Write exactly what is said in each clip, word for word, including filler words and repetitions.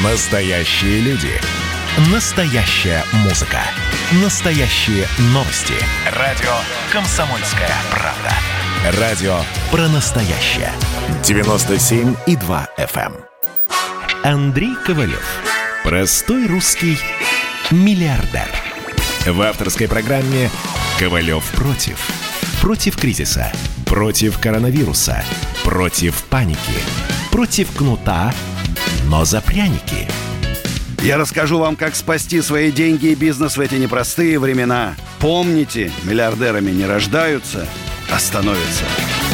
Настоящие люди. Настоящая музыка. Настоящие новости. Радио «Комсомольская правда». Радио про настоящее. девяносто семь и два эф эм. Андрей Ковалев. Простой русский миллиардер. В авторской программе «Ковалев против». Против кризиса. Против коронавируса. Против паники. Против кнута, но за пряники. Я расскажу вам, как спасти свои деньги и бизнес в эти непростые времена. Помните, миллиардерами не рождаются, а становятся.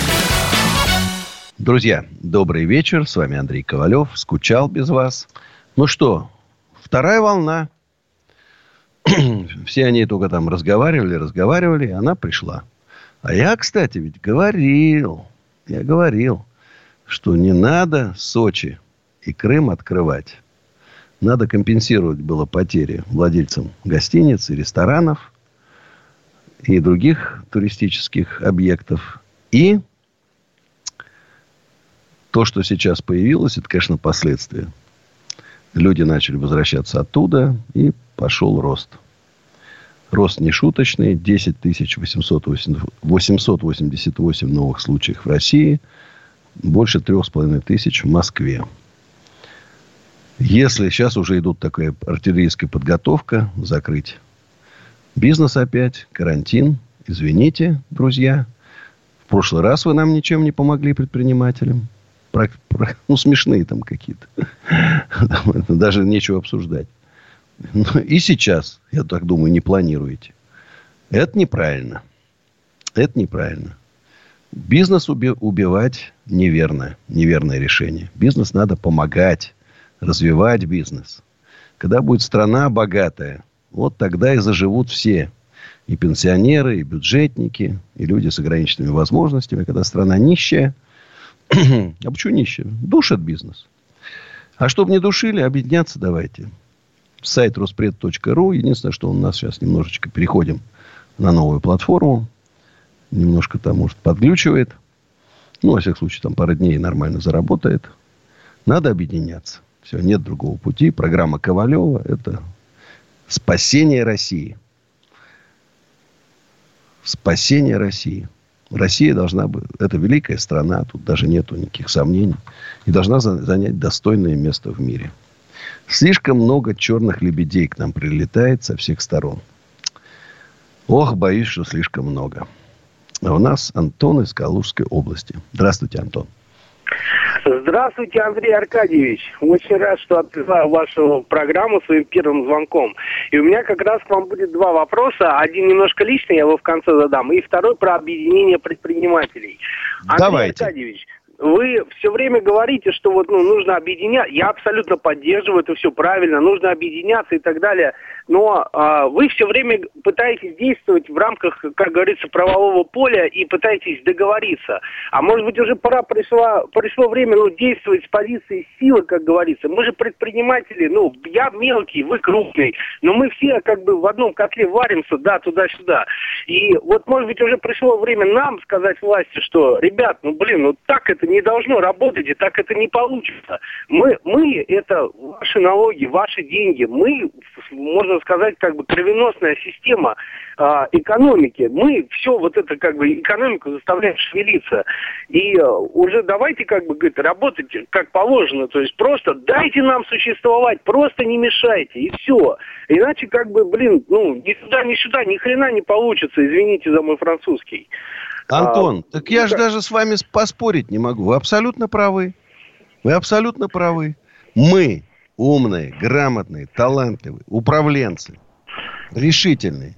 Друзья, добрый вечер. С вами Андрей Ковалев. Скучал без вас. Ну что, вторая волна. Все они только там разговаривали, разговаривали, и она пришла. А я, кстати, ведь говорил, я говорил, что не надо Сочи и Крым открывать. Надо компенсировать было потери владельцам гостиниц и ресторанов и других туристических объектов. И то, что сейчас появилось, это, конечно, последствия. Люди начали возвращаться оттуда, и пошел рост. Рост нешуточный. десять тысяч восемьсот восемьдесят восемь новых случаев в России. Больше трех с половиной тысяч в Москве. Если сейчас уже идут такая артиллерийская подготовка, закрыть бизнес опять, карантин. Извините, друзья. В прошлый раз вы нам ничем не помогли, предпринимателям. Про, про, ну, смешные там какие-то. Даже нечего обсуждать. И сейчас, я так думаю, не планируете. Это неправильно. Это неправильно. Бизнес уби- убивать неверно. Неверное решение. Бизнес надо помогать. Развивать бизнес. Когда будет страна богатая, вот тогда и заживут все. И пенсионеры, и бюджетники, и люди с ограниченными возможностями. Когда страна нищая. А почему нищая? Душат бизнес. А чтобы не душили, объединяться давайте. Сайт роспред точка ру. Единственное, что у нас сейчас немножечко переходим на новую платформу. Немножко там, может, подглючивает. Ну, во всяком случае, там пару дней нормально заработает. Надо объединяться. Все, нет другого пути. Программа Ковалева – это спасение России. Спасение России. Россия должна быть... Это великая страна. Тут даже нету никаких сомнений. И должна занять достойное место в мире. Слишком много черных лебедей к нам прилетает со всех сторон. Ох, боюсь, что слишком много. А у нас Антон из Калужской области. Здравствуйте, Антон. Здравствуйте, Андрей Аркадьевич. Очень рад, что открываю вашу программу своим первым звонком. И у меня как раз к вам будет два вопроса. Один немножко личный, я его в конце задам. И второй про объединение предпринимателей. Андрей Давайте. Аркадьевич, вы все время говорите, что вот ну, нужно объединяться. Я абсолютно поддерживаю, это все правильно. Нужно объединяться и так далее. Но а, вы все время пытаетесь действовать в рамках, как говорится, правового поля и пытаетесь договориться. А может быть, уже пора пришла, пришло время ну, действовать с позиции силы, как говорится. Мы же предприниматели, ну, я мелкий, вы крупный, но мы все как бы в одном котле варимся, да, туда-сюда. И вот, может быть, уже пришло время нам сказать власти, что, ребят, ну, блин, ну, так это не должно работать, и так это не получится. Мы, мы это ваши налоги, ваши деньги, мы, можно сказать, как бы кровеносная система э, экономики. Мы все вот это как бы экономику заставляем шевелиться. И э, уже давайте как бы говорит, работать как положено. То есть просто дайте нам существовать, просто не мешайте, и все. Иначе как бы, блин, ну, ни сюда, ни сюда, ни хрена не получится. Извините за мой французский. Антон, а, так я ну, же даже с вами поспорить не могу. Вы абсолютно правы. Вы абсолютно правы. Мы умные, грамотные, талантливые, управленцы, решительные.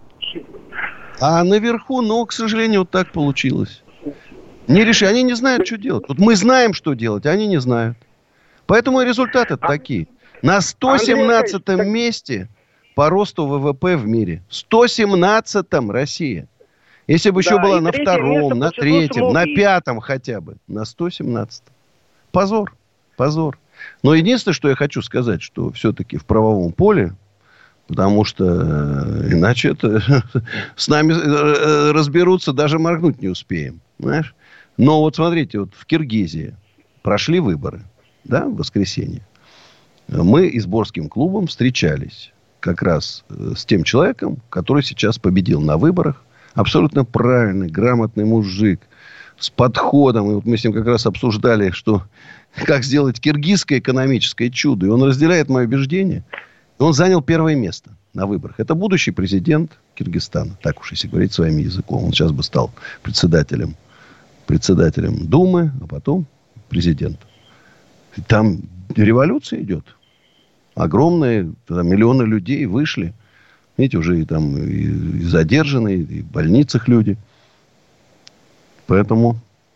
А наверху, ну, к сожалению, вот так получилось. Не реши, они не знают, что делать. Вот мы знаем, что делать, а они не знают. Поэтому и результаты такие. На сто семнадцатом месте по росту ВВП в мире. сто семнадцатом Россия. Если бы да, еще была на втором, на третьем, на пятом хотя бы. На сто семнадцатом. Позор. Позор. Но единственное, что я хочу сказать, что все-таки в правовом поле, потому что иначе это с нами разберутся, даже моргнуть не успеем. Знаешь? Но вот смотрите, вот в Киргизии прошли выборы, да, в воскресенье. Мы Изборским клубом встречались как раз с тем человеком, который сейчас победил на выборах. Абсолютно правильный, грамотный мужик с подходом. И вот мы с ним как раз обсуждали, что как сделать киргизское экономическое чудо. И он разделяет мое убеждение. И он занял первое место на выборах. Это будущий президент Киргизстана. Так уж, если говорить своим языком. Он сейчас бы стал председателем, председателем Думы, а потом президентом. И там революция идет. Огромные, там, миллионы людей вышли. Видите, уже и там и, и задержанные, и в больницах люди. Поэтому,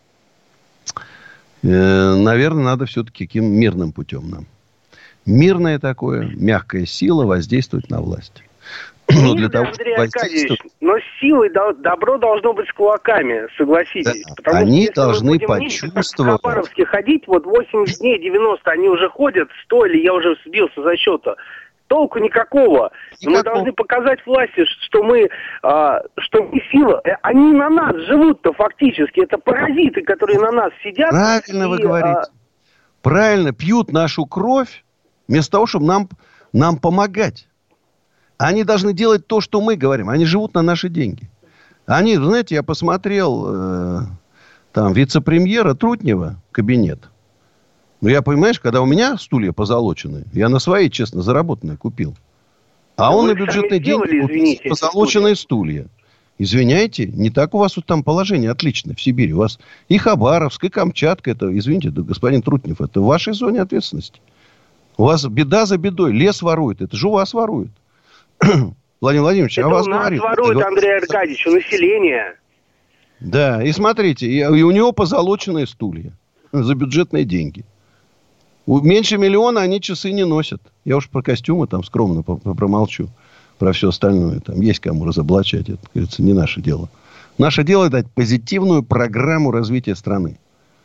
э, наверное, надо все-таки каким мирным путем нам. Мирная такое, мягкая сила воздействует на власть. Но для того, Андрей Аркадьевич, но силой добро должно быть с кулаками, согласитесь. Да, они что, должны почувствовать. В Хабаровске ходить, вот восемьдесят дней, девяносто, они уже ходят, сто или я уже сбился за счета. Толку никакого. никакого. Мы должны показать власти, что мы, а, что мы сила. Они на нас живут-то фактически. Это паразиты, которые на нас сидят. Правильно и, вы говорите. А... Правильно, пьют нашу кровь, вместо того, чтобы нам, нам помогать. Они должны делать то, что мы говорим. Они живут на наши деньги. Они, знаете, я посмотрел э, там вице-премьера Трутнева кабинет. Ну, я, понимаешь, когда у меня стулья позолоченные, я на свои, честно, заработанные купил. А да он на бюджетные деньги купил позолоченные стулья. Извиняйте, не так у вас вот там положение отличное в Сибири. У вас и Хабаровск, и Камчатка. Это, извините, да, господин Трутнев, это в вашей зоне ответственности. У вас беда за бедой. Лес ворует. Это же у вас ворует. Владимир Владимирович, это а вас у нас говорит. ворует, это... Андрей Аркадьевич, у населения. Да, и смотрите, и, и у него позолоченные стулья за бюджетные деньги. Меньше миллиона они часы не носят. Я уж про костюмы там скромно промолчу. Про все остальное. Там есть кому разоблачать. Это, кажется, не наше дело. Наше дело дать позитивную программу развития страны.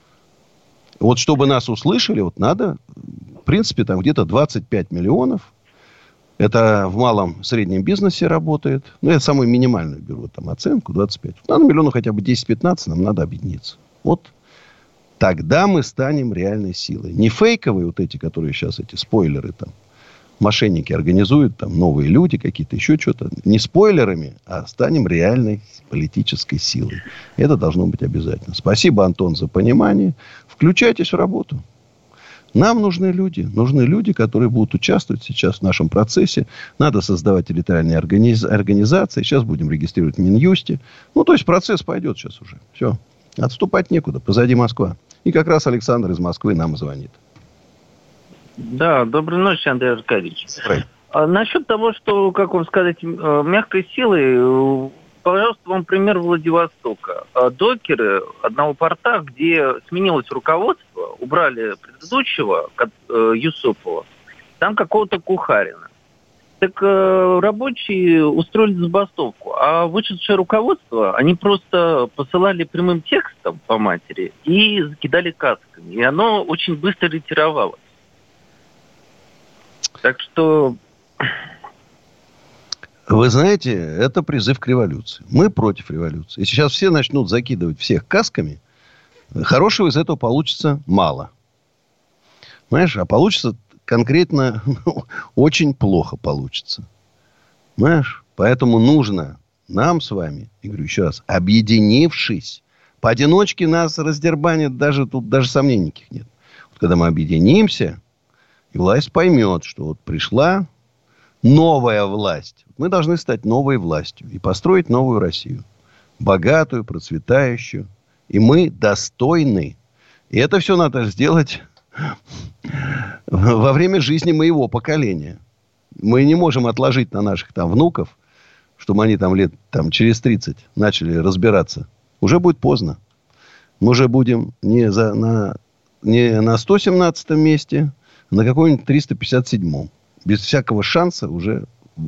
Вот чтобы нас услышали, вот надо, в принципе, там где-то двадцать пять миллионов. Это в малом среднем бизнесе работает. Ну, я самую минимальную беру там оценку, двадцать пять. Надо миллионов хотя бы десять-пятнадцать, нам надо объединиться. Вот тогда мы станем реальной силой. Не фейковые вот эти, которые сейчас, эти спойлеры там, мошенники организуют, там, новые люди какие-то, еще что-то. Не спойлерами, а станем реальной политической силой. Это должно быть обязательно. Спасибо, Антон, за понимание. Включайтесь в работу. Нам нужны люди. Нужны люди, которые будут участвовать сейчас в нашем процессе. Надо создавать территориальные организ... организации. Сейчас будем регистрировать в Минюсте. Ну, то есть, процесс пойдет сейчас уже. Все. Отступать некуда. Позади Москва. И как раз Александр из Москвы нам звонит. Да, доброй ночи, Андрей Аркадьевич. А, насчет того, что, как вам сказать, мягкой силой, пожалуйста, вам пример Владивостока. Докеры одного порта, где сменилось руководство, убрали предыдущего, Юсупова, там какого-то Кухарина. Так рабочие устроили забастовку, а вышедшее руководство, они просто посылали прямым текстом по матери и закидали касками. И оно очень быстро ретировалось. Так что... Вы знаете, это призыв к революции. Мы против революции. Если сейчас все начнут закидывать всех касками, хорошего из этого получится мало. Понимаешь, а получится конкретно очень плохо получится. Понимаешь? Поэтому нужно нам с вами, я говорю еще раз, объединившись, поодиночке нас раздербанит, даже тут даже сомнений никаких нет. Вот когда мы объединимся, и власть поймет, что вот пришла новая власть. Мы должны стать новой властью и построить новую Россию. Богатую, процветающую. И мы достойны. И это все надо сделать во время жизни моего поколения. Мы не можем отложить на наших там внуков, чтобы они там лет там, через тридцать начали разбираться. Уже будет поздно. Мы уже будем не, за, на, не на сто семнадцатом месте, а на каком-нибудь триста пятьдесят седьмом. Без всякого шанса уже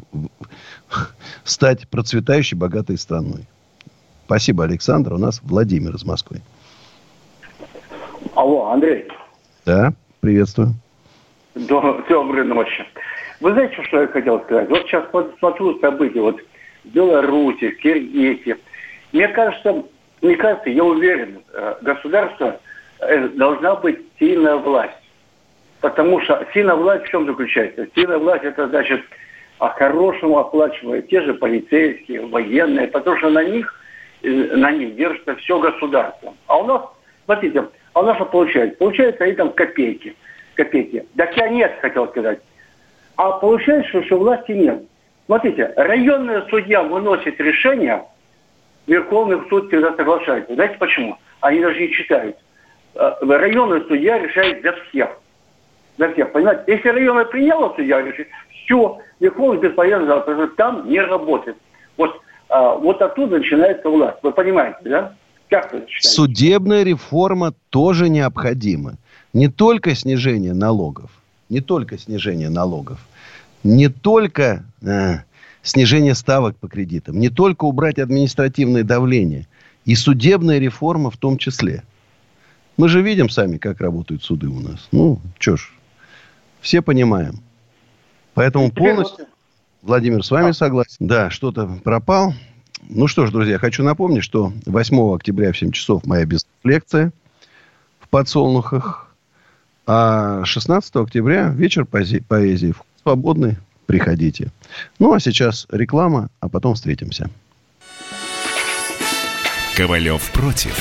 стать процветающей, богатой страной. Спасибо, Александр. У нас Владимир из Москвы. Алло, Андрей. Да, приветствую. Доброй ночи. Вы знаете, что я хотел сказать? Вот сейчас смотрю события вот в Беларуси, в Киргизии. Мне кажется, мне кажется, я уверен, государство должна быть сильная власть. Потому что сильная власть в чем заключается? Сильная власть, это значит, по-хорошему оплачивает те же полицейские, военные, потому что на них, на них держится все государство. А у нас, смотрите, а у нас что получается? Получается, они там копейки. Копейки. Так я нет, хотел сказать. А получается, что власти нет. Смотрите, районный судья выносит решение, Верховный суд всегда соглашается. Знаете почему? Они даже не читают. Районный судья решает за всех. За всех, понимаете? Если районный принял судья решит, все, Верховный бесполезно, потому что там не работает. Вот, а, вот оттуда начинается власть. Вы понимаете, да? Как вы считаете? Судебная реформа тоже необходима. Не только снижение налогов, не только снижение налогов, не только э, снижение ставок по кредитам, не только убрать административное давление, и судебная реформа в том числе. Мы же видим сами, как работают суды у нас. Ну, что ж, все понимаем. Поэтому полностью, Владимир, с вами согласен. Да, что-то пропал. Ну что ж, друзья, хочу напомнить, что восьмого октября в семь часов моя бизнес-лекция в Подсолнухах. А шестнадцатого октября вечер поэзии. поэзии. Свободный. Приходите. Ну, а сейчас реклама, а потом встретимся. Ковалев против.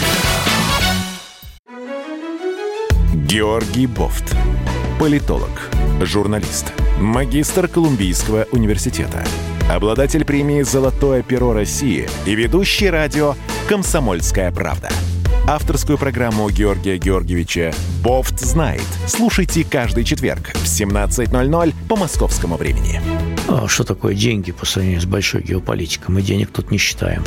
Георгий Бофт. Политолог, журналист, магистр Колумбийского университета, обладатель премии «Золотое перо России» и ведущий радио «Комсомольская правда». Авторскую программу Георгия Георгиевича «Бофт знает». Слушайте каждый четверг в семнадцать ноль ноль по московскому времени. А что такое деньги по сравнению с большой геополитикой? Мы денег тут не считаем.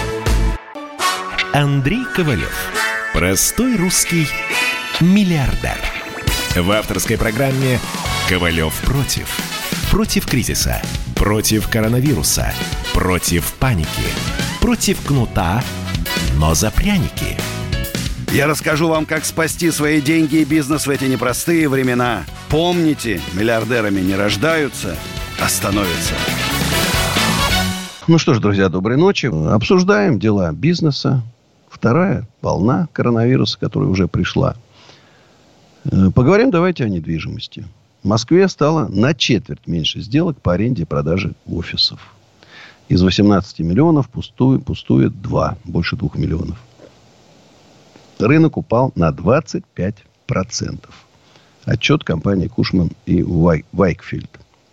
Андрей Ковалев. Простой русский миллиардер. В авторской программе «Ковалев против». Против кризиса, против коронавируса, против паники, против кнута, но за пряники. Я расскажу вам, как спасти свои деньги и бизнес в эти непростые времена. Помните, миллиардерами не рождаются, а становятся. Ну что ж, друзья, доброй ночи. Обсуждаем дела бизнеса. Вторая волна коронавируса, которая уже пришла. Поговорим давайте о недвижимости. В Москве стало на четверть меньше сделок по аренде и продаже офисов. Из восемнадцати миллионов пустует, пустует два, больше двух миллионов. Рынок упал на двадцать пять процентов. Отчет компании Кушман и Вайкфилд.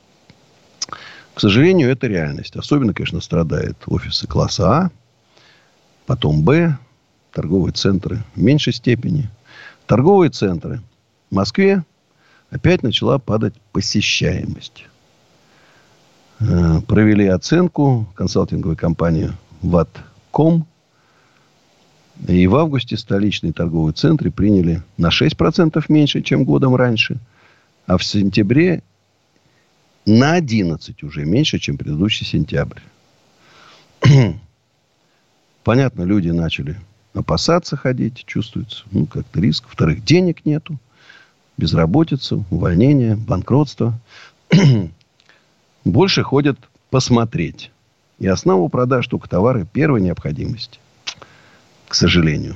К сожалению, это реальность. Особенно, конечно, страдают офисы класса А, потом Б, торговые центры в меньшей степени. Торговые центры в Москве опять начала падать посещаемость. Э, провели оценку консалтинговой компании Ватком. И в августе столичные торговые центры приняли на шесть процентов меньше, чем годом раньше. А в сентябре на одиннадцать процентов уже меньше, чем предыдущий сентябрь. Понятно, люди начали опасаться ходить, чувствуется, ну, как-то риск. Во-вторых, денег нету. Безработица, увольнение, банкротство. Больше ходят посмотреть. И основа продаж только товары первой необходимости. К сожалению.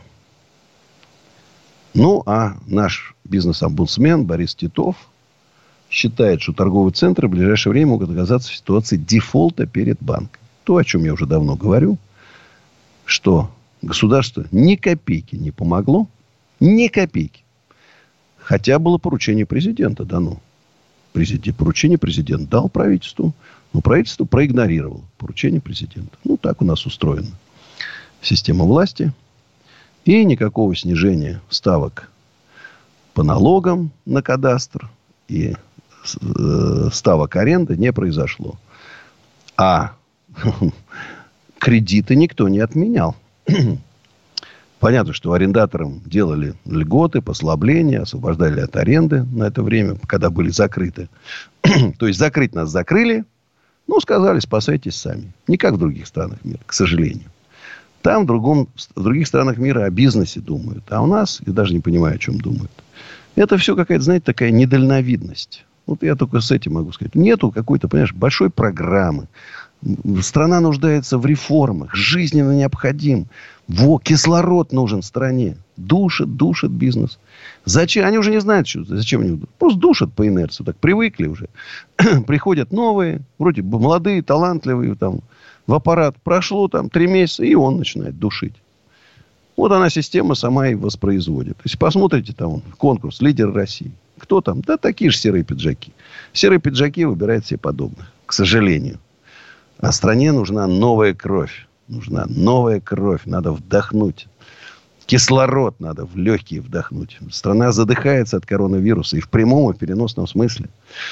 Ну, а наш бизнес-омбудсмен Борис Титов считает, что торговые центры в ближайшее время могут оказаться в ситуации дефолта перед банком. То, о чем я уже давно говорю, что государство ни копейки не помогло. Ни копейки. Хотя было поручение президента дано. Президент, поручение президент дал правительству, но правительство проигнорировало поручение президента. Ну, так у нас устроена система власти. И никакого снижения ставок по налогам на кадастр и э, ставок аренды не произошло. А кредиты никто не отменял. Понятно, что арендаторам делали льготы, послабления, освобождали от аренды на это время, когда были закрыты. То есть, закрыть нас закрыли, ну, сказали, спасайтесь сами. Не как в других странах мира, к сожалению. Там, в, другом, в других странах мира о бизнесе думают. А у нас, я даже не понимаю, о чем думают. Это все какая-то, знаете, такая недальновидность. Вот я только с этим могу сказать. Нету какой-то, понимаешь, большой программы. Страна нуждается в реформах. Жизненно необходим. Во, кислород нужен стране. Душит, душит бизнес. Зачем? Они уже не знают, что, зачем они. Просто душат по инерции. Так привыкли уже. Приходят новые, вроде бы молодые, талантливые. Там, в аппарат прошло там три месяца, и он начинает душить. Вот она, система, сама и воспроизводит. Если посмотрите там конкурс «Лидер России». Кто там? Да такие же серые пиджаки. Серые пиджаки выбирают себе подобных. К сожалению. А стране нужна новая кровь. Нужна новая кровь. Надо вдохнуть. Кислород надо в легкие вдохнуть. Страна задыхается от коронавируса. И в прямом, и в переносном смысле.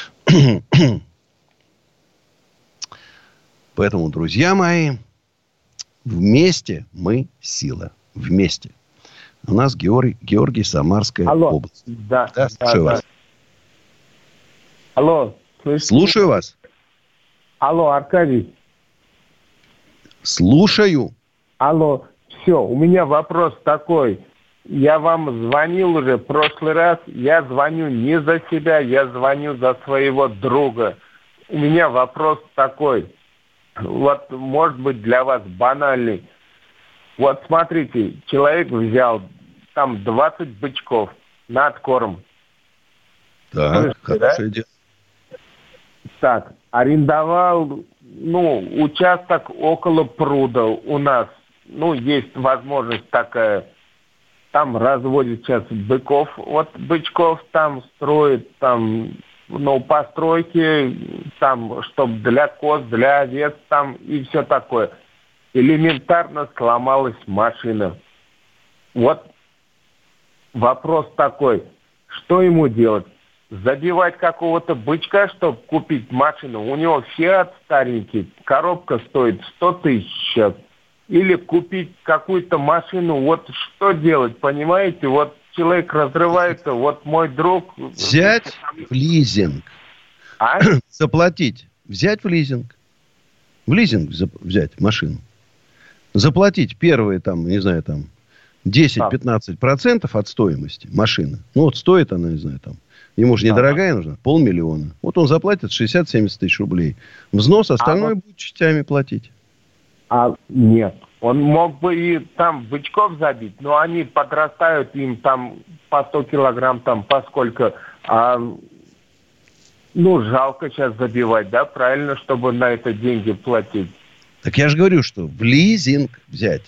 Поэтому, друзья мои, вместе мы сила. Вместе. У нас Георгий, Георгий Самарская Алло. область. Да, да, слушаю да, вас. Да. Алло. Слышите? Слушаю вас. Алло, Аркадий. Слушаю. Алло. Все, у меня вопрос такой. Я вам звонил уже в прошлый раз. Я звоню не за себя, я звоню за своего друга. У меня вопрос такой. Вот, может быть, для вас банальный. Вот смотрите, человек взял там двадцать бычков на откорм. Да, хорошее дело. Так, арендовал, ну, участок около пруда у нас. Ну, есть возможность такая. Там разводят сейчас быков. Вот бычков там строят, там, ну, постройки, там, чтобы для коз, для овец, там, и все такое. Элементарно сломалась машина. Вот вопрос такой, что ему делать? Забивать какого-то бычка, чтобы купить машину? У него Фиат старенький, коробка стоит сто тысяч сейчас. Или купить какую-то машину, вот что делать, понимаете? Вот человек разрывается, вот мой друг... Взять в лизинг. А? Заплатить. Взять в лизинг. В лизинг взять машину. Заплатить первые, там, не знаю, там, десять-пятнадцать процентов от стоимости машины. Ну, вот стоит она, не знаю, там, ему же недорогая нужна, полмиллиона. Вот он заплатит шестьдесят-семьдесят тысяч рублей. Взнос, остальное а вот... будет частями платить. А нет, он мог бы и там бычков забить, но они подрастают, им там по сто килограмм, там по сколько. А, ну, жалко сейчас забивать, да, правильно, чтобы на это деньги платить. Так я же говорю, что в лизинг взять.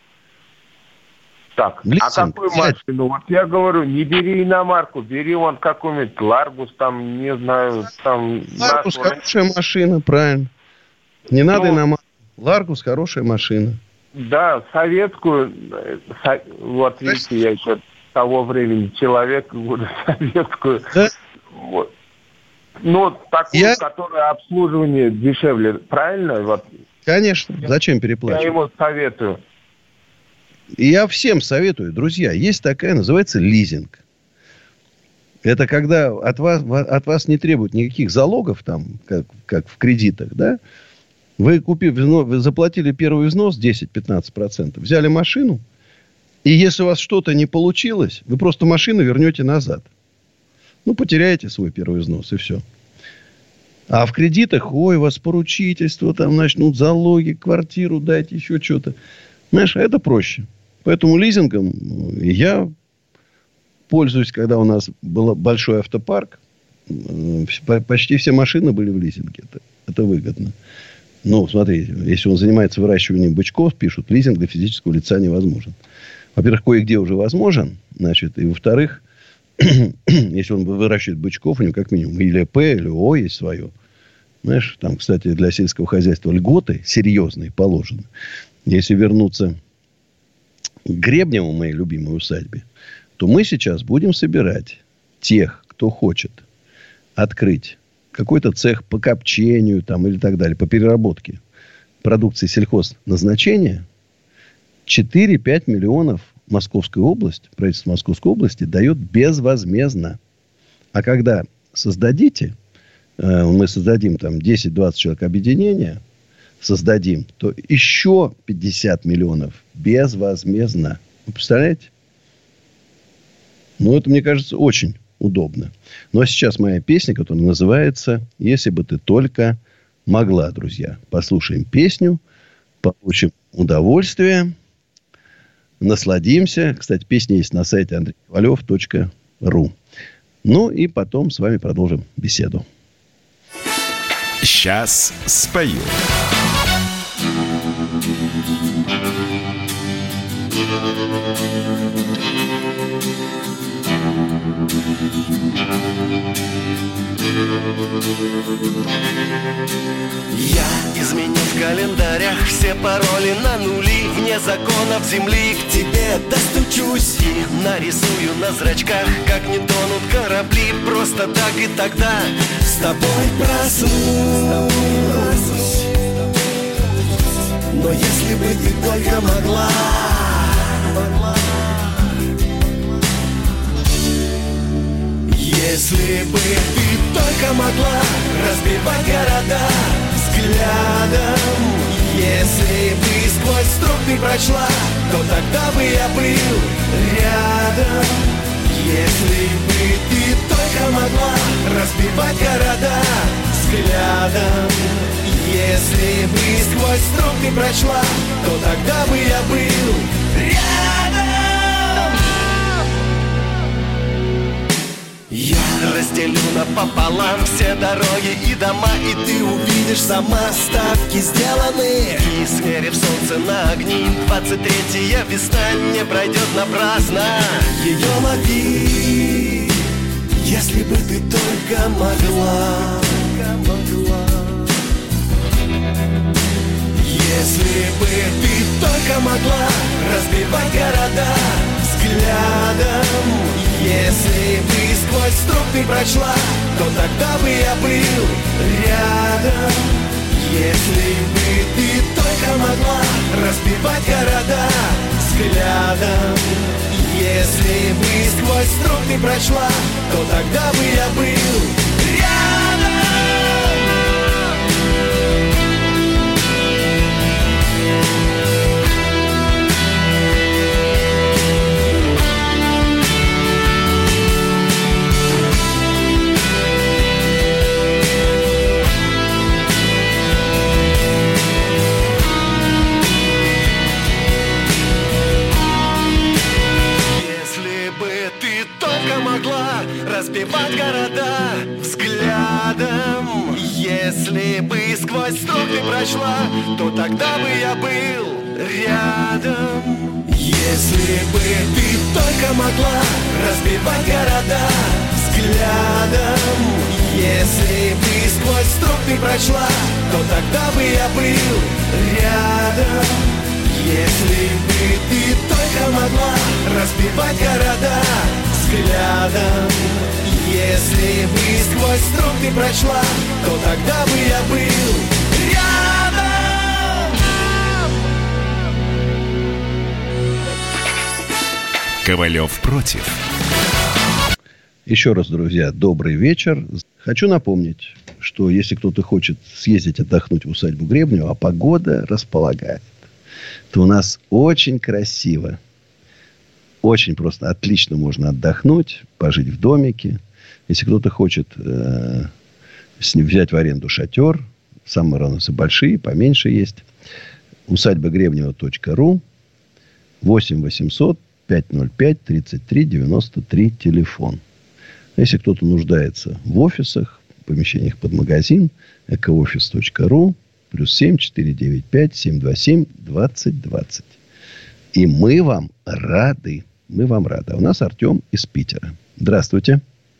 Так, лизинг, а какую взять. машину? Вот я говорю, не бери иномарку, бери вон какую-нибудь Ларгус, там, не знаю, там... Ларгус нашу... хорошая машина, правильно. Не ну, надо иномарку. Ларгус хорошая машина. Да, советскую, со, вот видите, я еще того времени человек, говорю, советскую. Да? Вот. Ну, такую, я... которая обслуживание дешевле, правильно? Вот. Конечно, зачем переплачивать? Я ему советую. И я всем советую, друзья, есть такая, называется лизинг. Это когда от вас, от вас не требуют никаких залогов, там, как, как в кредитах, да? Вы, купив, вы заплатили первый взнос десять-пятнадцать процентов, взяли машину, и если у вас что-то не получилось, вы просто машину вернете назад. Ну, потеряете свой первый взнос, и все. А в кредитах, ой, у вас поручительство, там начнут залоги, квартиру дать, еще что-то. Знаешь, это проще. Поэтому лизингом я пользуюсь, когда у нас был большой автопарк, почти все машины были в лизинге. Это, это выгодно. Ну, смотрите, если он занимается выращиванием бычков, пишут, лизинг для физического лица невозможен. Во-первых, кое-где уже возможен, значит, и во-вторых, если он выращивает бычков, у него как минимум или П, или О есть свое. Знаешь, там, кстати, для сельского хозяйства льготы серьезные положены. Если вернуться к Гребневу, моей любимой усадьбе, то мы сейчас будем собирать тех, кто хочет открыть какой-то цех по копчению там, или так далее, по переработке продукции сельхозназначения. четыре-пять миллионов Московская область, правительство Московской области дает безвозмездно. А когда создадите, мы создадим там десять-двадцать человек объединения, создадим, то еще пятьдесят миллионов безвозмездно. Вы представляете? Ну, это, мне кажется, очень удобно. Но сейчас моя песня, которая называется «Если бы ты только могла, друзья. Послушаем песню, получим удовольствие, насладимся. Кстати, песня есть на сайте андрей ковалев точка ру. Ну и потом с вами продолжим беседу. Сейчас спою. Я изменю в календарях все пароли на нули. Вне законов земли к тебе достучусь и нарисую на зрачках, как не тонут корабли. Просто так и тогда с тобой проснусь. Но если бы ты только могла, если бы ты только могла разбивать города взглядом, если бы сквозь труп ты прочла, то тогда бы я был рядом. Если бы ты только могла разбивать города взглядом, если бы сквозь труп ты прочла, то тогда бы я был рядом. Я разделю напополам все дороги и дома, и ты увидишь сама, ставки сделаны. И смерив солнце на огни, двадцать третья весна не пройдет напрасно. Ее лови, если бы ты только могла. Если бы ты только могла разбивать города взглядом, если бы сквозь труп ты прочла, то тогда бы я был рядом. Если бы ты только могла разбивать города взглядом, если бы сквозь труп ты прочла, то тогда бы я был рядом. Разбивать города взглядом, если бы сквозь труп ты прочла, то тогда бы я был рядом. Если бы ты только могла разбивать города взглядом, если бы сквозь труп ты прочла, то тогда бы я был рядом. Если бы ты только могла разбивать города взглядом, если бы сквозь труп ты прочла, то тогда бы я был рядом. Ковалев против. Еще раз, друзья, добрый вечер. Хочу напомнить, что если кто-то хочет съездить отдохнуть в усадьбу Гребнева, а погода располагает, то у нас очень красиво. Очень просто, отлично можно отдохнуть, пожить в домике. Если кто-то хочет э, взять в аренду шатер, самые разные большие, поменьше есть. усадьба гребнева точка ру, восемь восемьсот пятьсот пять тридцать три девяносто три телефон. Если кто-то нуждается в офисах, помещениях под магазин, экоофис точка ру, плюс семь четыре девять пять семь два семь двадцать двадцать. И мы вам рады. Мы вам рады. А у нас Артем из Питера. Здравствуйте.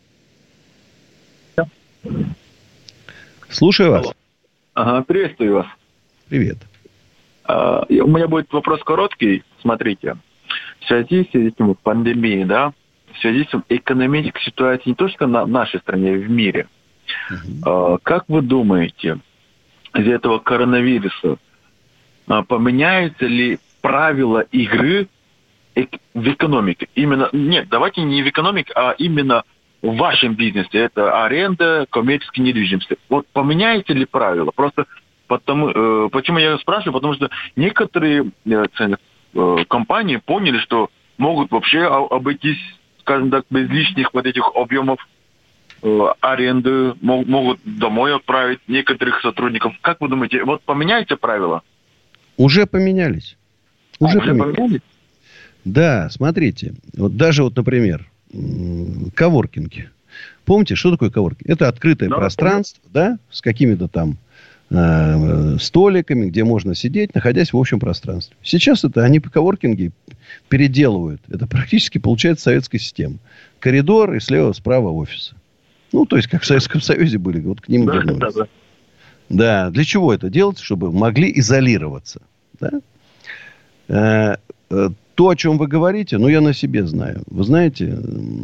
Слушаю вас. Ага, приветствую вас. Привет. А, у меня будет вопрос короткий. Смотрите. В связи с этим пандемией, да, в связи с экономической ситуацией не только на нашей стране, а в мире. Uh-huh. А, как вы думаете, из-за этого коронавируса а, поменяются ли правила игры в экономике? Именно, нет, давайте не в экономике, а именно в вашем бизнесе. Это аренда, коммерческая недвижимость. Вот поменяете ли правила? Просто потому, э, почему я спрашиваю? Потому что некоторые э, э, компании поняли, что могут вообще обойтись, скажем так, без лишних вот этих объемов аренду, могут домой отправить некоторых сотрудников. Как вы думаете, вот поменяются правила? Уже поменялись. Уже, а, уже поменялись. поменялись? Да, смотрите. Вот даже вот, например, коворкинги. Помните, что такое коворкинг? Это открытое да, пространство, да, с какими-то там э, столиками, где можно сидеть, находясь в общем пространстве. Сейчас это они коворкинги переделывают. Это практически получается советская система. Коридор и слева-справа офисы. Ну, то есть, как в Советском Союзе были, вот к ним да, вернулись. Да, да. Да, для чего это делать? Чтобы могли изолироваться. Да? Э, э, то, о чем вы говорите, ну, я на себе знаю. Вы знаете,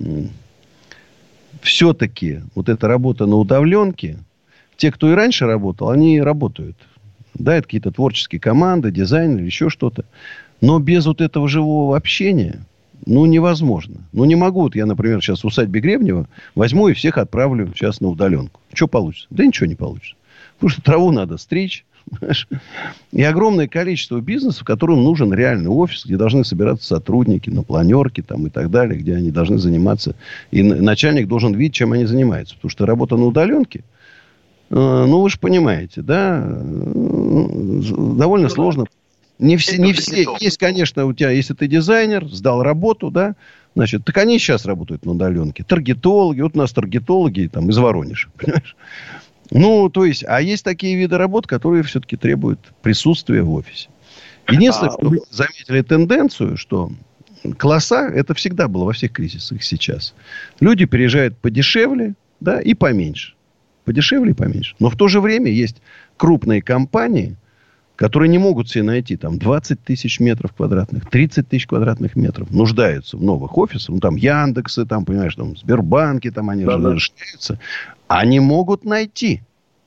все-таки вот эта работа на удаленке, те, кто и раньше работал, они работают. Да, это какие-то творческие команды, дизайнеры, еще что-то. Но без вот этого живого общения, ну, невозможно. Ну, не могу. Вот я, например, сейчас в усадьбе Гребнева возьму и всех отправлю сейчас на удаленку. Что получится? Да ничего не получится. Потому что траву надо стричь. Понимаешь? И огромное количество бизнесов, которым нужен реальный офис, где должны собираться сотрудники на планерке там, и так далее, где они должны заниматься. И начальник должен видеть, чем они занимаются. Потому что работа на удаленке, э, ну, вы же понимаете, да, э, довольно сложно. Не все, не все. Есть, конечно, у тебя, если ты дизайнер, сдал работу, да, значит, так они сейчас работают на удаленке. Таргетологи, вот у нас таргетологи там из Воронежа, понимаешь? Ну, то есть, а есть такие виды работ, которые все-таки требуют присутствия в офисе. Единственное, что мы заметили тенденцию, что класса, это всегда было во всех кризисах сейчас. Люди переезжают подешевле, да, и поменьше. Подешевле и поменьше. Но в то же время есть крупные компании, которые не могут себе найти там двадцать тысяч метров квадратных, тридцать тысяч квадратных метров, нуждаются в новых офисах. Ну, там Яндексы, там, понимаешь, там Сбербанки, там они да, расширяются. Они могут найти.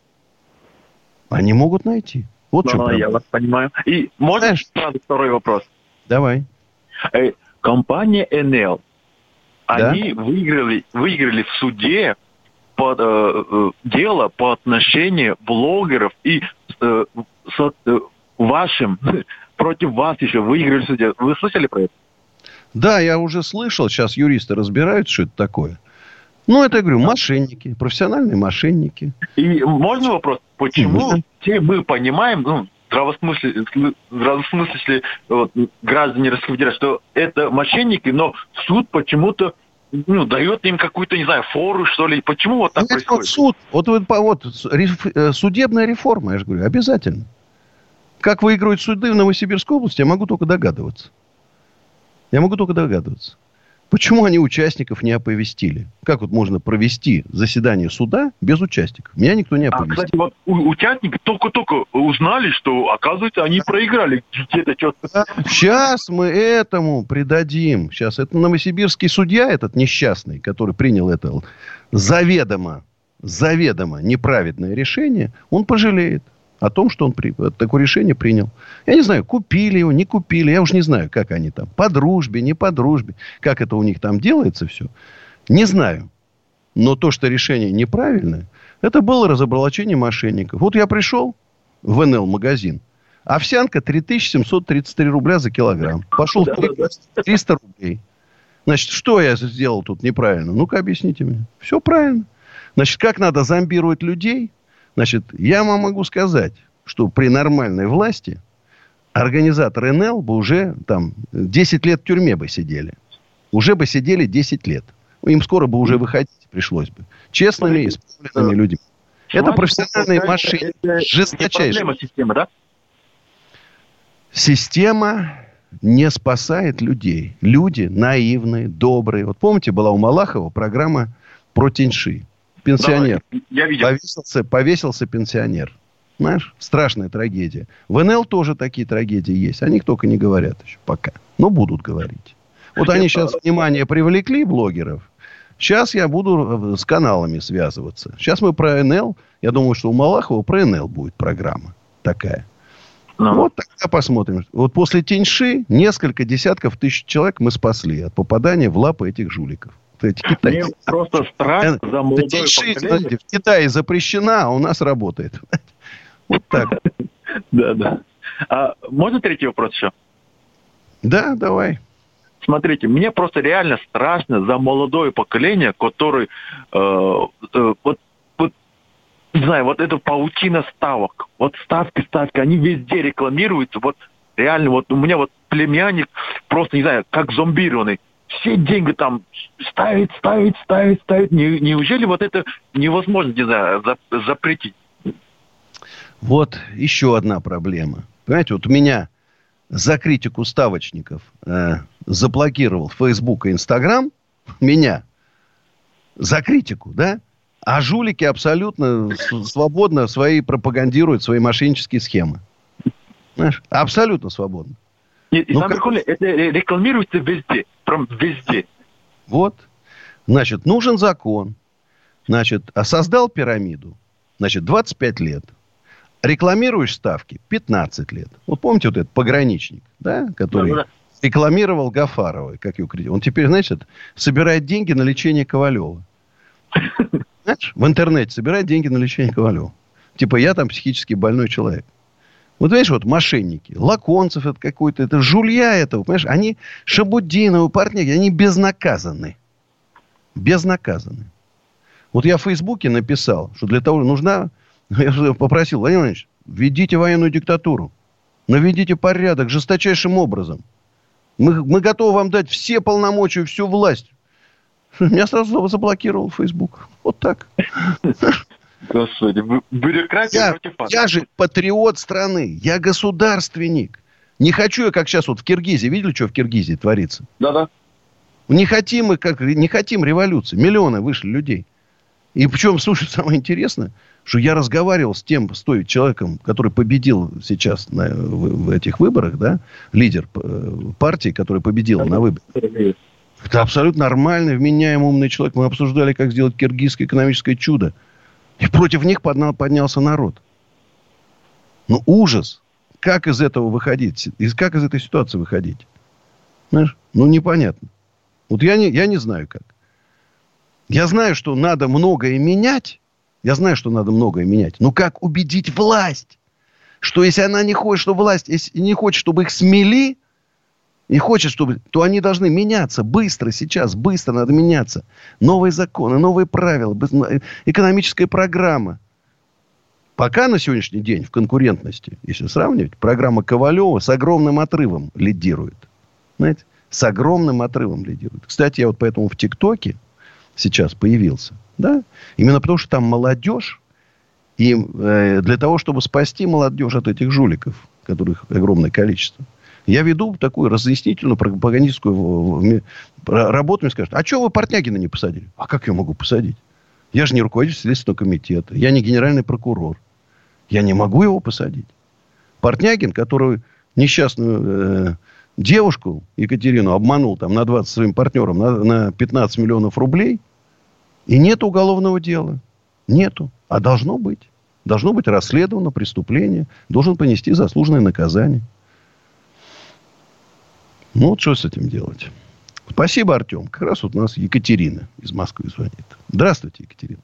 Они могут найти. Вот да, что я вас понимаю. И можно сразу второй вопрос? Давай. Э, компания эн эл, да? они выиграли, выиграли в суде под, э, э, дело по отношению блогеров и э, с э, вашим, против вас еще выиграли в суде. Вы слышали про это? Да, я уже слышал. Сейчас юристы разбираются, что это такое. Ну, это, я говорю, мошенники, профессиональные мошенники. И можно вопрос, почему все мы понимаем, ну, здравомыслящие вот, граждане Российской Федерации, что это мошенники, но суд почему-то ну, дает им какую-то, не знаю, фору, что ли. Почему вот так ну, происходит? Вот суд, вот, вот, вот судебная реформа, я же говорю, обязательно. Как выигрывают суды в Новосибирской области, я могу только догадываться. Я могу только догадываться. Почему они участников не оповестили? Как вот можно провести заседание суда без участников? Меня никто не оповестил. А, кстати, вот участники только-только узнали, что, оказывается, они проиграли где-то что-то. Сейчас мы этому придадим. Сейчас это новосибирский судья, этот несчастный, который принял это заведомо, заведомо неправедное решение, он пожалеет о том, что он при... такое решение принял. Я не знаю, купили его, не купили. Я уж не знаю, как они там. По дружбе, не по дружбе. Как это у них там делается все. Не знаю. Но то, что решение неправильное, это было разоблачение мошенников. Вот я пришел в эн эл-магазин. Овсянка три тысячи семьсот тридцать три рубля за килограмм. Пошел в триста рублей. Значит, что я сделал тут неправильно? Ну-ка, объясните мне. Все правильно. Значит, как надо зомбировать людей? Значит, я вам могу сказать, что при нормальной власти организаторы эн эл бы уже там десять лет в тюрьме бы сидели. Уже бы сидели десять лет. Им скоро бы уже выходить пришлось бы. Честными, исправленными людьми. Это профессиональные мошенники. Жесточайшие. Система, да? Система не спасает людей. Люди наивные, добрые. Вот помните, была у Малахова программа про теньши. Пенсионер. Да, я видел. Повесился, повесился пенсионер. Знаешь, страшная трагедия. В эн эл тоже такие трагедии есть. О них только не говорят еще пока. Но будут говорить. Вот они сейчас внимание привлекли, блогеров. Сейчас я буду с каналами связываться. Сейчас мы про эн эл. Я думаю, что у Малахова про эн эл будет программа такая. Ну. Вот тогда посмотрим. Вот после теньши несколько десятков тысяч человек мы спасли от попадания в лапы этих жуликов. Эти китайцы. Мне просто страшно за молодое теньши, поколение. В Китае запрещена, а у нас работает. Вот так. Да, да. А можно третий вопрос еще? Да, давай. смотрите, мне просто реально страшно за молодое поколение, которое, э, э, вот, вот, не знаю, вот эта паутина ставок, вот ставки, ставки, они везде рекламируются, вот реально, вот у меня вот племянник просто, не знаю, как зомбированный, все деньги там ставит, ставит, ставит, ставит, не, неужели вот это невозможно, не знаю, за, запретить? Вот еще одна проблема. Понимаете, вот у меня за критику ставочников э, заблокировал Facebook и Instagram. Меня. За критику, да? А жулики абсолютно свободно свои пропагандируют, свои мошеннические схемы. Знаешь? Абсолютно свободно. И, и ну, самое как... главное, это рекламируется везде. Прям везде. Вот. Значит, нужен закон. Значит, а создал пирамиду. Значит, двадцать пять лет. Рекламируешь ставки пятнадцать лет. Вот помните вот этот пограничник, да, который да, да. рекламировал Гафарова, как его кредит. Он теперь, значит, собирает деньги на лечение Ковалева. Знаешь, в интернете собирает деньги на лечение Ковалева. Типа, я там психически больной человек. Вот, видишь, вот мошенники. Лаконцев это какой-то, это жулья этого, понимаешь? Они, Шабуддиновы, партнеры, они безнаказаны. Безнаказаны. Вот я в Фейсбуке написал, что для того нужна... Я попросил, Владимир Владимирович, введите военную диктатуру. Наведите порядок жесточайшим образом. Мы, мы готовы вам дать все полномочия, всю власть. Меня сразу заблокировал Facebook. Вот так. Господи, бюрократия я, против вас. Я же патриот страны. Я государственник. Не хочу я, как сейчас вот в Киргизии. Видели, что в Киргизии творится? Да-да. Не хотим мы, как, не хотим революции. Миллионы вышли людей. И причем, слушай, самое интересное, что я разговаривал с тем, с той человеком, который победил сейчас на, в, в этих выборах, да, лидер партии, который победил да, на выборах. Это абсолютно нормальный, вменяемый, умный человек. Мы обсуждали, как сделать киргизское экономическое чудо. И против них поднял, поднялся народ. Ну, ужас. Как из этого выходить? Как из этой ситуации выходить? Знаешь? Ну, непонятно. Вот я не, я не знаю, как. Я знаю, что надо многое менять. Я знаю, что надо многое менять. Но как убедить власть? Что если она не хочет, чтобы власть, если не хочет, чтобы их смели, не хочет, чтобы, то они должны меняться быстро сейчас, быстро надо меняться. Новые законы, новые правила, экономическая программа. Пока на сегодняшний день в конкурентности, если сравнивать, программа Ковалева с огромным отрывом лидирует. Знаете, с огромным отрывом лидирует. Кстати, я вот поэтому в ТикТоке сейчас появился. Да? Именно потому, что там молодежь. И э, для того, чтобы спасти молодежь от этих жуликов, которых огромное количество, я веду такую разъяснительную пропагандистскую работу. Мне скажут, а что вы Портнягина не посадили? А как я могу посадить? Я же не руководитель Следственного комитета. Я не генеральный прокурор. Я не могу его посадить. Портнягин, который несчастную э, девушку Екатерину обманул там, на двадцать своим партнером на, на пятнадцать миллионов рублей, и нет уголовного дела. Нету. А должно быть. Должно быть расследовано преступление. Должен понести заслуженное наказание. Ну, вот что с этим делать? Спасибо, Артем. Как раз вот у нас Екатерина из Москвы звонит. Здравствуйте, Екатерина.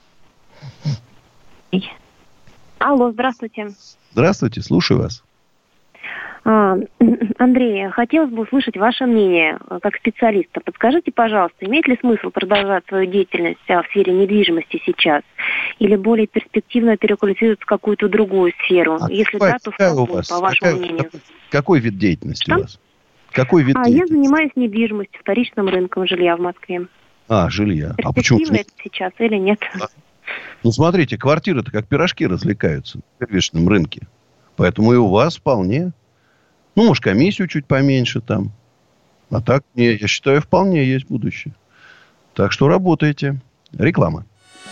Алло, здравствуйте. Здравствуйте, слушаю вас. А, Андрей, хотелось бы услышать ваше мнение как специалиста. Подскажите, пожалуйста, имеет ли смысл продолжать свою деятельность в сфере недвижимости сейчас? Или более перспективно переквалифицироваться в какую-то другую сферу? А Если какая, да, то в какая какую, у вас, по вашему какая, мнению? Какой, какой вид деятельности Что? у вас? Какой вид а, деятельности? Я занимаюсь недвижимостью, вторичным рынком жилья в Москве. А, жилья. А почему? Перспективно это сейчас или нет? Ну, смотрите, квартиры-то как пирожки развлекаются на первичном рынке. Поэтому и у вас вполне. Ну, может, комиссию чуть поменьше там. А так, не, я считаю, вполне есть будущее. Так что работайте. Реклама.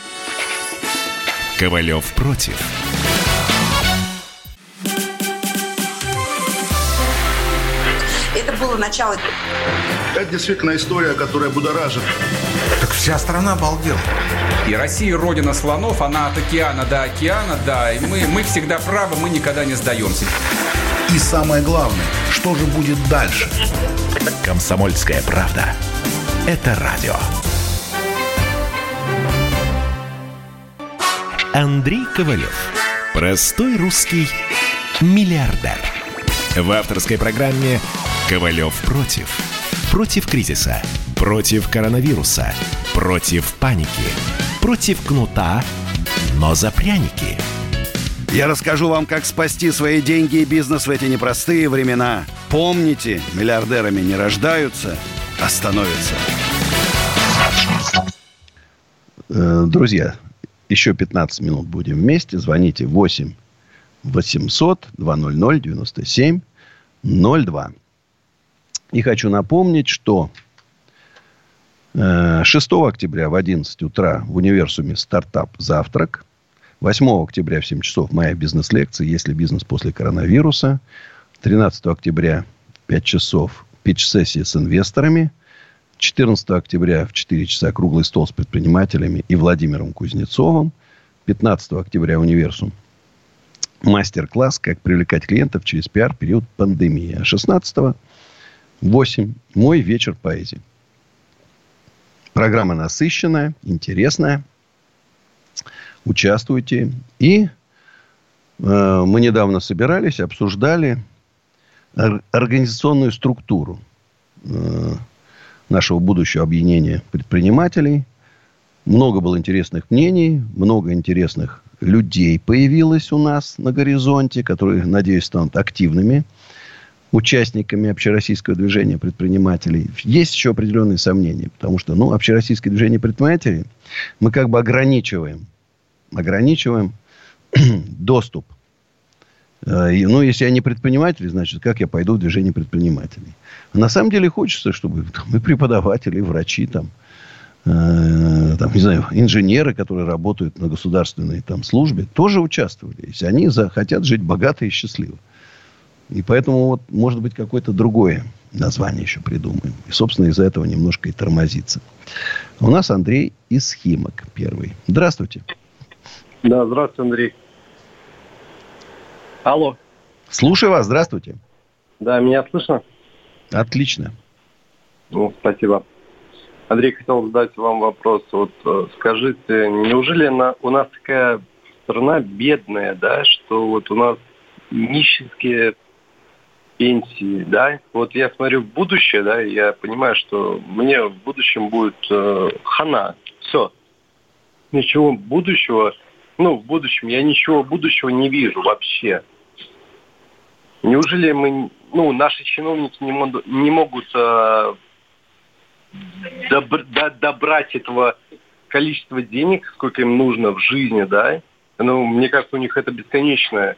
Ковалев против. Это было начало. Это действительно история, которая будоражит. Так вся страна обалдела. И Россия родина слонов, она от океана до океана, да. И мы, мы всегда правы, мы никогда не сдаемся. И самое главное, что же будет дальше? Комсомольская правда. Это радио. Андрей Ковалев. Простой русский миллиардер. В авторской программе «Ковалев против». Против кризиса, против коронавируса, против паники, против кнута, но за пряники. Я расскажу вам, как спасти свои деньги и бизнес в эти непростые времена. Помните, миллиардерами не рождаются, а становятся. Друзья, еще пятнадцать минут будем вместе. Звоните восемь восемьсот двести девяносто семь ноль два. И хочу напомнить, что шестого октября в одиннадцать утра в универсуме «Стартап Завтрак». восьмого октября в семь часов моя бизнес-лекция «Есть ли бизнес после коронавируса?». тринадцатого октября в пять часов питч-сессия с инвесторами. четырнадцатого октября в четыре часа круглый стол с предпринимателями и Владимиром Кузнецовым. пятнадцатого октября универсум мастер-класс «Как привлекать клиентов через пиар в период пандемии». А шестнадцатого в восемь мой вечер поэзии. Программа насыщенная, интересная. Участвуйте. И э, мы недавно собирались, обсуждали ор- организационную структуру э, нашего будущего объединения предпринимателей. Много было интересных мнений, много интересных людей появилось у нас на горизонте, которые, надеюсь, станут активными участниками общероссийского движения предпринимателей. Есть еще определенные сомнения, потому что, ну, общероссийское движение предпринимателей мы как бы ограничиваем, ограничиваем доступ. Ну, если я не предприниматель, значит, как я пойду в движение предпринимателей? А на самом деле хочется, чтобы там, и преподаватели, и врачи, там, э, там, не знаю, инженеры, которые работают на государственной там, службе, тоже участвовали. Если они захотят жить богато и счастливо. И поэтому, вот, может быть, какое-то другое название еще придумаем. И, собственно, из-за этого немножко и тормозится. У нас Андрей из Химок первый. Здравствуйте. Да, здравствуйте, Андрей. Алло. Слушаю вас, здравствуйте. Да, меня слышно? Отлично. Ну, спасибо. Андрей, хотел задать вам вопрос. Вот скажите, неужели на, у нас такая страна бедная, да, что вот у нас нищенские пенсии, да? Вот я смотрю в будущее, да, и я понимаю, что мне в будущем будет э, хана. Все. Ничего будущего, ну, в будущем я ничего будущего не вижу вообще. Неужели мы, ну, наши чиновники не, мод, не могут э, доб, до, добрать этого количества денег, сколько им нужно в жизни, да? Ну, мне кажется, у них это бесконечное.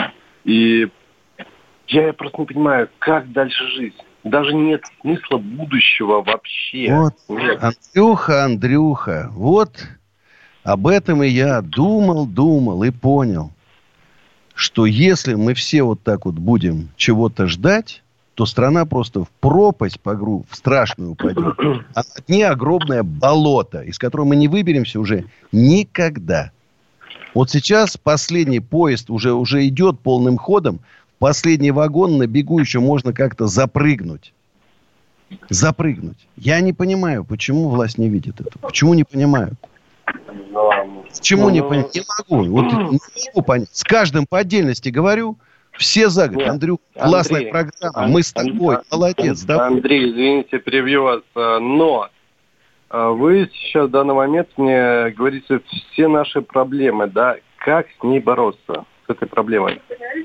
И я просто не понимаю, как дальше жить. Даже нет смысла будущего вообще. Вот, нет. Андрюха, Андрюха, вот об этом и я думал, думал и понял, что если мы все вот так вот будем чего-то ждать, то страна просто в пропасть, в страшную упадет. А от нее огромное болото, из которого мы не выберемся уже никогда. Вот сейчас последний поезд уже, уже идет полным ходом. В последний вагон на бегу еще можно как-то запрыгнуть. Запрыгнуть. Я не понимаю, почему власть не видит это. Почему не понимают? Почему не понимаю? Не могу. Вот не могу понять. С каждым по отдельности говорю. Все за год. Андрюх, классная Андрей, программа. Мы с тобой. Андрей, молодец. Да? Андрей, извините, перебью вас. Но вы сейчас в данный момент мне говорите все наши проблемы, да? Как с ней бороться? С этой проблемой?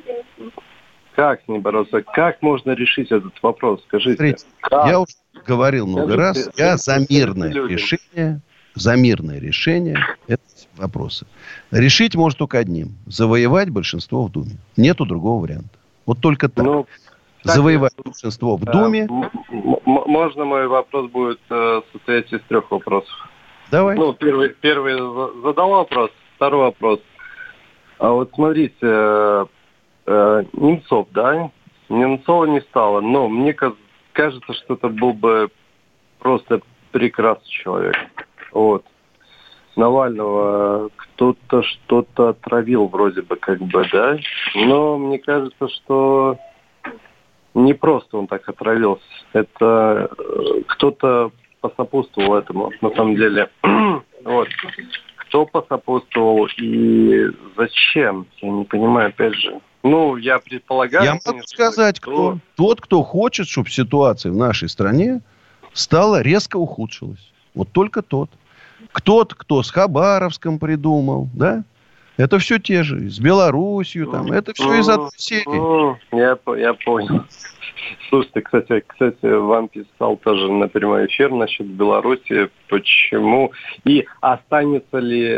Как с ней бороться? Как можно решить этот вопрос? Скажите. Смотрите, я уже говорил много Скажите, раз. Я за мирное решение. За мирное решение этой вопроса. Решить может только одним. Завоевать большинство в Думе. Нету другого варианта. Вот только так. Ну, завоевать так, большинство в Думе. М- м- можно мой вопрос будет э, состоять из трех вопросов? Давай. Ну, первый, первый задал вопрос, второй вопрос. А вот смотрите, э, э, Немцов, да? Немцова не стало, но мне кажется, что это был бы просто прекрасный человек. Вот. Навального кто-то что-то отравил вроде бы, как бы, да? Но мне кажется, что не просто он так отравился. Это кто-то посопутствовал этому, на самом деле. Вот. Кто посопутствовал и зачем? Я не понимаю, опять же. Ну, я предполагаю... Я могу конечно, сказать, кто. кто. Тот, кто хочет, чтобы ситуация в нашей стране стало резко ухудшилось. Вот только тот. Кто-то, кто с Хабаровском придумал, да? Это все те же. С Белоруссией там. Это все из одной серии. Я, я понял. Слушайте, кстати, кстати, вам писал тоже на прямой эфир насчет Беларуси. Почему? И останется ли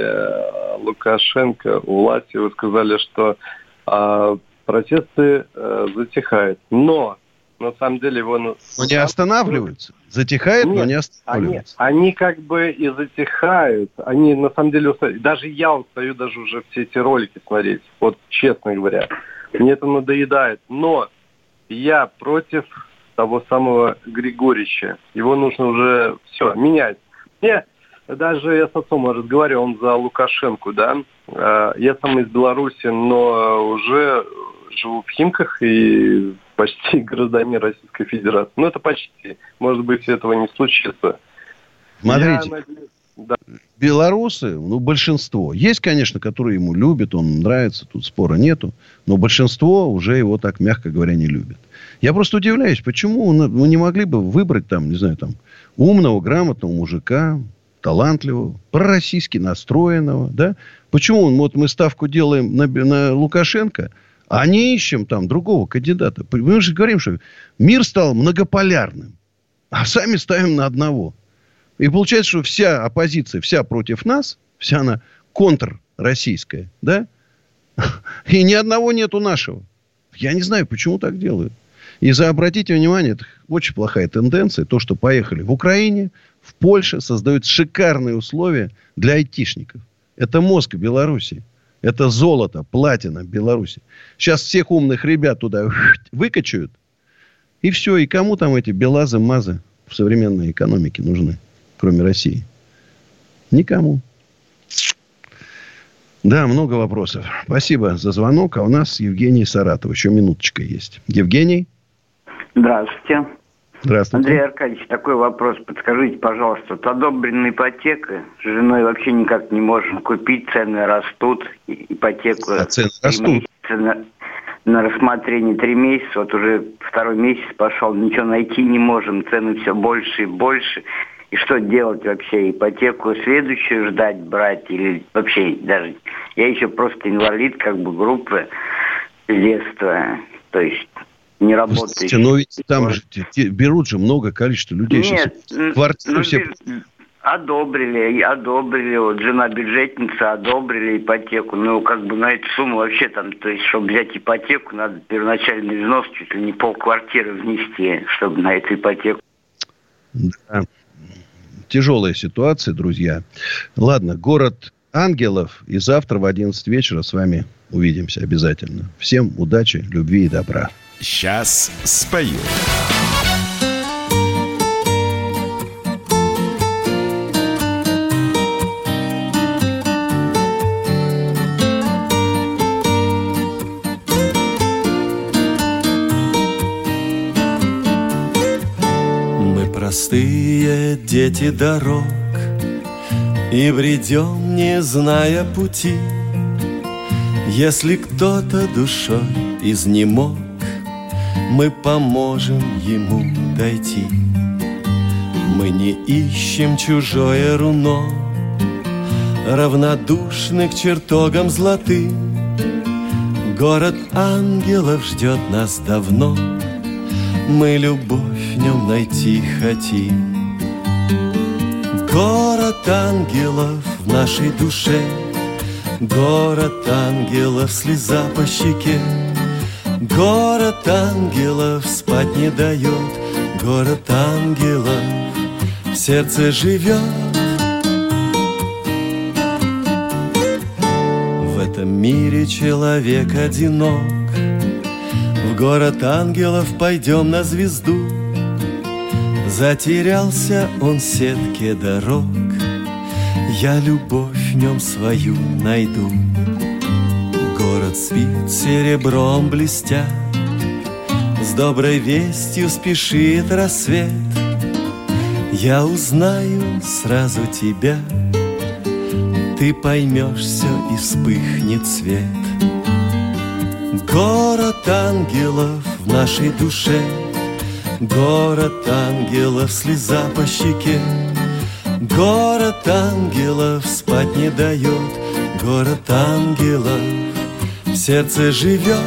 Лукашенко у власти? Вы сказали, что а, протесты а, затихают. Но на самом деле его... Но не останавливаются. Затихает, Нет, но не останавливается. Они, они как бы и затихают. Они на самом деле устают. Даже я устаю даже уже все эти ролики смотреть. Вот честно говоря. Мне это надоедает. Но я против того самого Григорича. Его нужно уже все менять. Мне даже я с отцом разговаривал, он за Лукашенко, да. Я сам из Беларуси, но уже живу в Химках и почти гражданин Российской Федерации. Ну, это почти. Может быть, этого не случится. Смотрите, Я надеюсь, да. Белорусы, ну, большинство. Есть, конечно, которые ему любят, он нравится, тут спора нету. Но большинство уже его так, мягко говоря, не любит. Я просто удивляюсь, почему мы не могли бы выбрать там, не знаю, там, умного, грамотного мужика, талантливого, пророссийски настроенного, да? Почему вот мы ставку делаем на, на Лукашенко, а не ищем там другого кандидата? Мы же говорим, что мир стал многополярным, а сами ставим на одного. И получается, что вся оппозиция, вся против нас, вся она контрроссийская, да? И ни одного нету нашего. Я не знаю, почему так делают. И за, обратите внимание, это очень плохая тенденция, то, что поехали в Украине, в Польше, создают шикарные условия для айтишников. Это мозг Беларуси. Это золото, платина Беларуси. Сейчас всех умных ребят туда выкачают. И все. И кому там эти белазы, мазы в современной экономике нужны, кроме России? Никому. Да, много вопросов. Спасибо за звонок. А у нас Евгений Саратов. Еще минуточка есть. Евгений? Здравствуйте. Здравствуйте. Андрей Аркадьевич, такой вопрос. Подскажите, пожалуйста, вот одобренная ипотека, с женой вообще никак не можем купить, цены растут, ипотеку... А цены растут. На, на рассмотрение три месяца, вот уже второй месяц пошел, ничего найти не можем, цены все больше и больше. И что делать вообще? Ипотеку следующую ждать, брать или вообще даже... Я еще просто инвалид, как бы, группы с детства, то есть... не работает. Но ведь там же берут же много количества людей. Нет, сейчас квартиры ну, все... одобрили, одобрили, вот жена бюджетница, одобрили ипотеку. Ну, как бы на эту сумму вообще там, то есть, чтобы взять ипотеку, надо первоначальный взнос чуть ли не полквартиры внести, чтобы на эту ипотеку. Да. Тяжелая ситуация, друзья. Ладно, город ангелов. И завтра в одиннадцать вечера с вами увидимся обязательно. Всем удачи, любви и добра. Сейчас спою. Мы простые дети дорог и бредем, не зная пути. Если кто-то душой изнемог, мы поможем ему дойти. Мы не ищем чужое руно, равнодушны к чертогам золотым. Город ангелов ждет нас давно, мы любовь в нем найти хотим. Город ангелов в нашей душе, город ангелов, слеза по щеке. Город ангелов спать не дает, город ангелов в сердце живет. В этом мире человек одинок, в город ангелов пойдем на звезду. Затерялся он в сетке дорог, я любовь в нем свою найду. Город спит серебром блестя, с доброй вестью спешит рассвет. Я узнаю сразу тебя, ты поймешь все и вспыхнет свет. Город ангелов в нашей душе, Город ангелов, слеза по щеке. Город ангелов спать не дает. Город ангелов в сердце живет.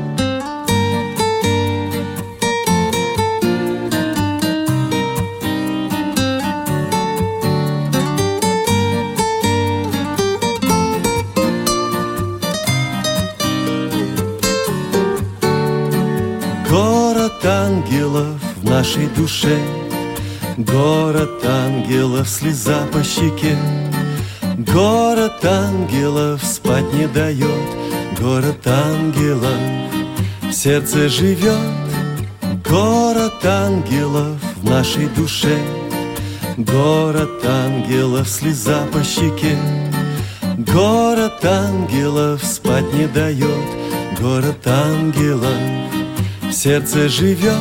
Город ангелов в нашей душе. Город ангелов, слеза по щеке. Город ангелов спать не дает. Город ангелов в сердце живет. Город ангелов в нашей душе. Город ангелов, слеза по щеке. Город ангелов спать не дает. Город ангелов в сердце живет.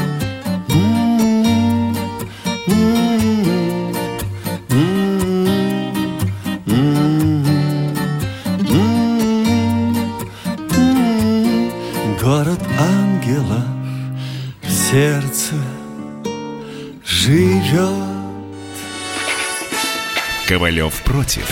Город ангелов в сердце живет. Ковалев против.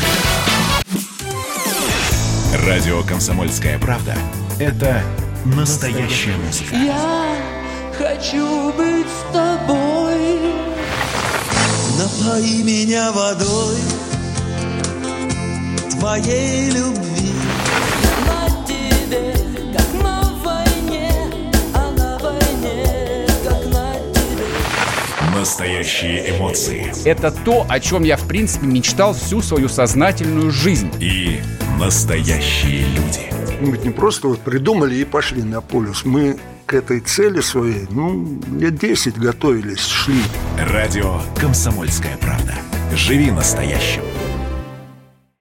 Радио «Комсомольская правда» — это настоящая музыка. Я хочу быть с тобой. Напои меня водой твоей любви. На тебе, как на войне, а на войне, как на тебе. Настоящие эмоции. Это то, о чем я, в принципе, мечтал всю свою сознательную жизнь. И настоящие люди. Мы ведь не просто вот придумали и пошли на полюс. Мы к этой цели своей, ну, лет десять готовились, шли. Радио «Комсомольская правда». Живи настоящим.